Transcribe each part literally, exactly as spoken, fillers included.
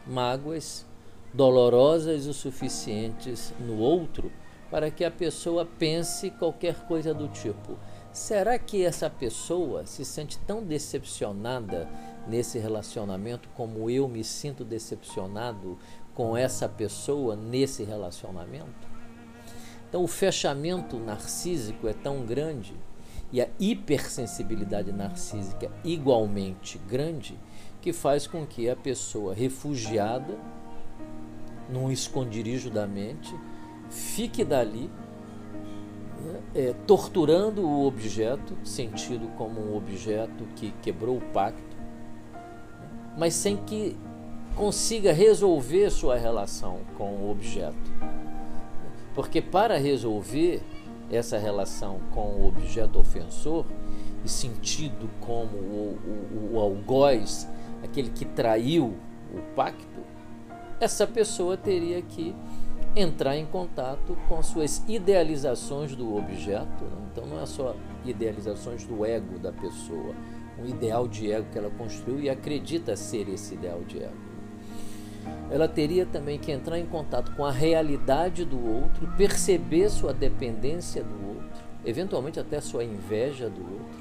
mágoas dolorosas o suficientes no outro para que a pessoa pense qualquer coisa do tipo: será que essa pessoa se sente tão decepcionada nesse relacionamento como eu me sinto decepcionado com essa pessoa nesse relacionamento? Então o fechamento narcísico é tão grande e a hipersensibilidade narcísica igualmente grande, que faz com que a pessoa refugiada num esconderijo da mente fique dali, né, é, torturando o objeto, sentido como um objeto que quebrou o pacto, mas sem que consiga resolver sua relação com o objeto. Porque para resolver essa relação com o objeto ofensor, e sentido como o, o, o algoz, aquele que traiu o pacto, essa pessoa teria que entrar em contato com suas idealizações do objeto. Então não é só idealizações do ego da pessoa, um ideal de ego que ela construiu e acredita ser esse ideal de ego. Ela teria também que entrar em contato com a realidade do outro, perceber sua dependência do outro, eventualmente até sua inveja do outro,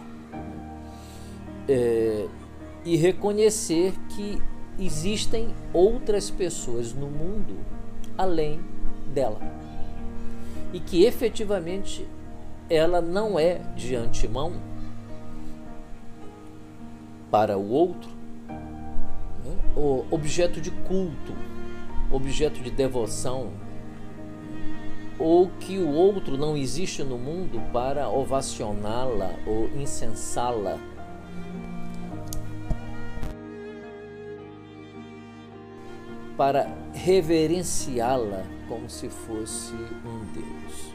é, e reconhecer que existem outras pessoas no mundo além dela e que efetivamente ela não é de antemão para o outro, né, o objeto de culto, objeto de devoção, ou que o outro não existe no mundo para ovacioná-la ou incensá-la, para reverenciá-la como se fosse um Deus.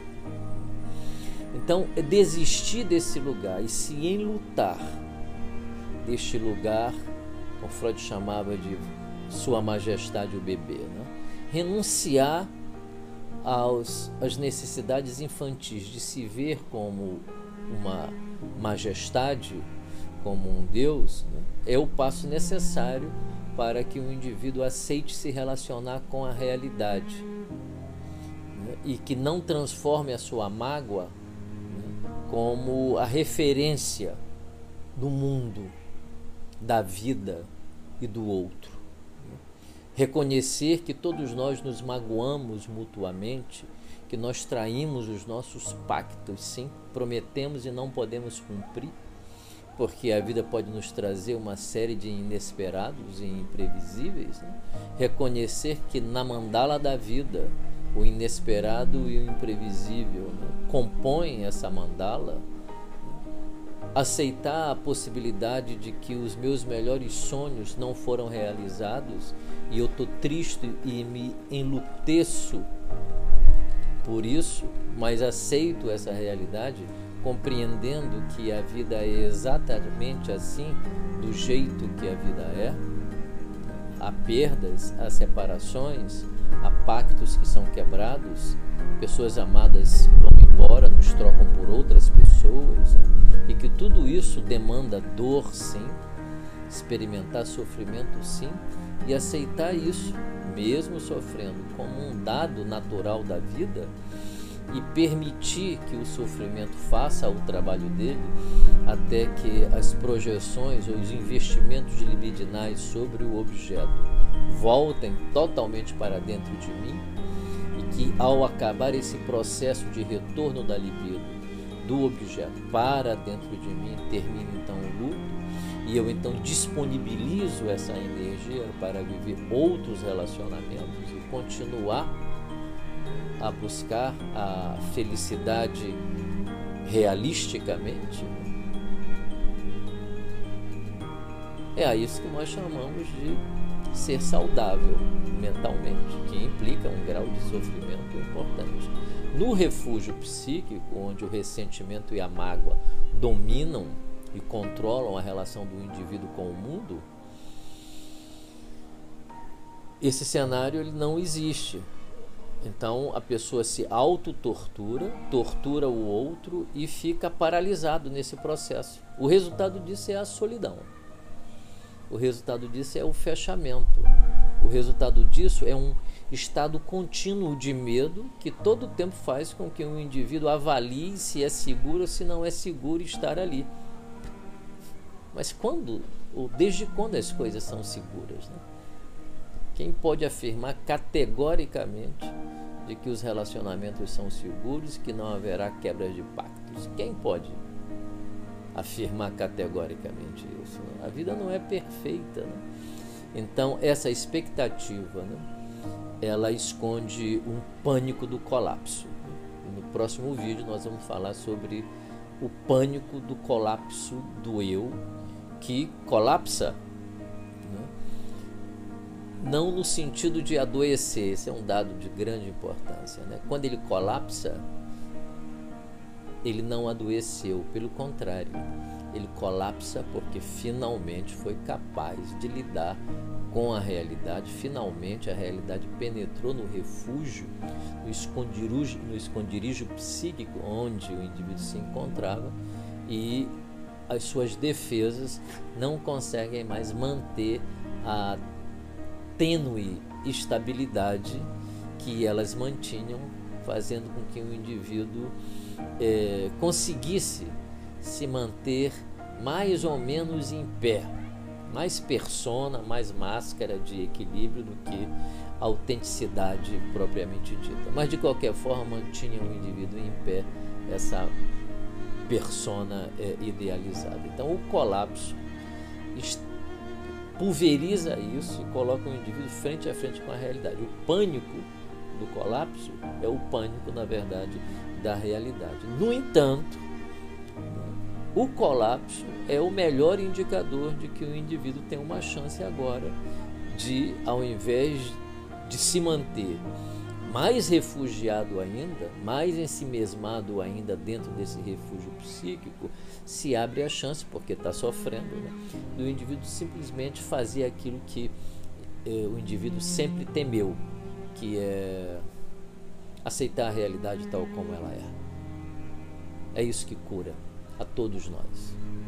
Então, é desistir desse lugar e se enlutar deste lugar, como Freud chamava de Sua Majestade o bebê, né? Renunciar aos, às necessidades infantis de se ver como uma majestade, como um Deus, né? É o passo necessário para que o indivíduo aceite se relacionar com a realidade, né? E que não transforme a sua mágoa, né, como a referência do mundo, da vida e do outro. Reconhecer que todos nós nos magoamos mutuamente, que nós traímos os nossos pactos, sim, prometemos e não podemos cumprir, porque a vida pode nos trazer uma série de inesperados e imprevisíveis, né? Reconhecer que na mandala da vida o inesperado e o imprevisível, né, compõem essa mandala. Aceitar a possibilidade de que os meus melhores sonhos não foram realizados e eu estou triste e me enluteço por isso, mas aceito essa realidade, compreendendo que a vida é exatamente assim, do jeito que a vida é. Há perdas, há separações, há pactos que são quebrados, pessoas amadas vão embora, nos trocam por outras pessoas, e que tudo isso demanda dor, sim, experimentar sofrimento, sim, e aceitar isso, mesmo sofrendo, como um dado natural da vida, e permitir que o sofrimento faça o trabalho dele, até que as projeções ou os investimentos libidinais sobre o objeto voltem totalmente para dentro de mim, e que ao acabar esse processo de retorno da libido do objeto para dentro de mim, termina então o luto, e eu então disponibilizo essa energia para viver outros relacionamentos e continuar a buscar a felicidade realisticamente. É a isso que nós chamamos de ser saudável mentalmente, que implica um grau de sofrimento importante. No refúgio psíquico, onde o ressentimento e a mágoa dominam e controlam a relação do indivíduo com o mundo, esse cenário ele não existe. Então a pessoa se autotortura, tortura o outro e fica paralisado nesse processo. O resultado disso é a solidão. O resultado disso é o fechamento. O resultado disso é um estado contínuo de medo que todo tempo faz com que um indivíduo avalie se é seguro ou se não é seguro estar ali. Mas quando, ou desde quando as coisas são seguras, né? Quem pode afirmar categoricamente de que os relacionamentos são seguros e que não haverá quebra de pactos? Quem pode afirmar categoricamente isso? A vida não é perfeita, né? Então, essa expectativa, né, ela esconde um pânico do colapso. No próximo vídeo nós vamos falar sobre o pânico do colapso do eu, que colapsa, né, não no sentido de adoecer. Esse é um dado de grande importância, né? Quando ele colapsa, ele não adoeceu, pelo contrário, ele colapsa porque finalmente foi capaz de lidar com a realidade. Finalmente a realidade penetrou no refúgio, no esconderijo, no esconderijo psíquico onde o indivíduo se encontrava, e as suas defesas não conseguem mais manter a tênue estabilidade que elas mantinham, fazendo com que o indivíduo é, conseguisse se manter mais ou menos em pé, mais persona, mais máscara de equilíbrio do que autenticidade propriamente dita. Mas de qualquer forma mantinha o indivíduo em pé, essa persona é, idealizada. Então o colapso pulveriza isso e coloca o indivíduo frente a frente com a realidade. O pânico do colapso é o pânico, na verdade, da realidade. No entanto, o colapso é o melhor indicador de que o indivíduo tem uma chance agora de, ao invés de se manter mais refugiado ainda, mais ensimesmado ainda dentro desse refúgio psíquico, se abre a chance, porque está sofrendo, né, do indivíduo simplesmente fazer aquilo que eh, o indivíduo sempre temeu, que é aceitar a realidade tal como ela é. É isso que cura a todos nós.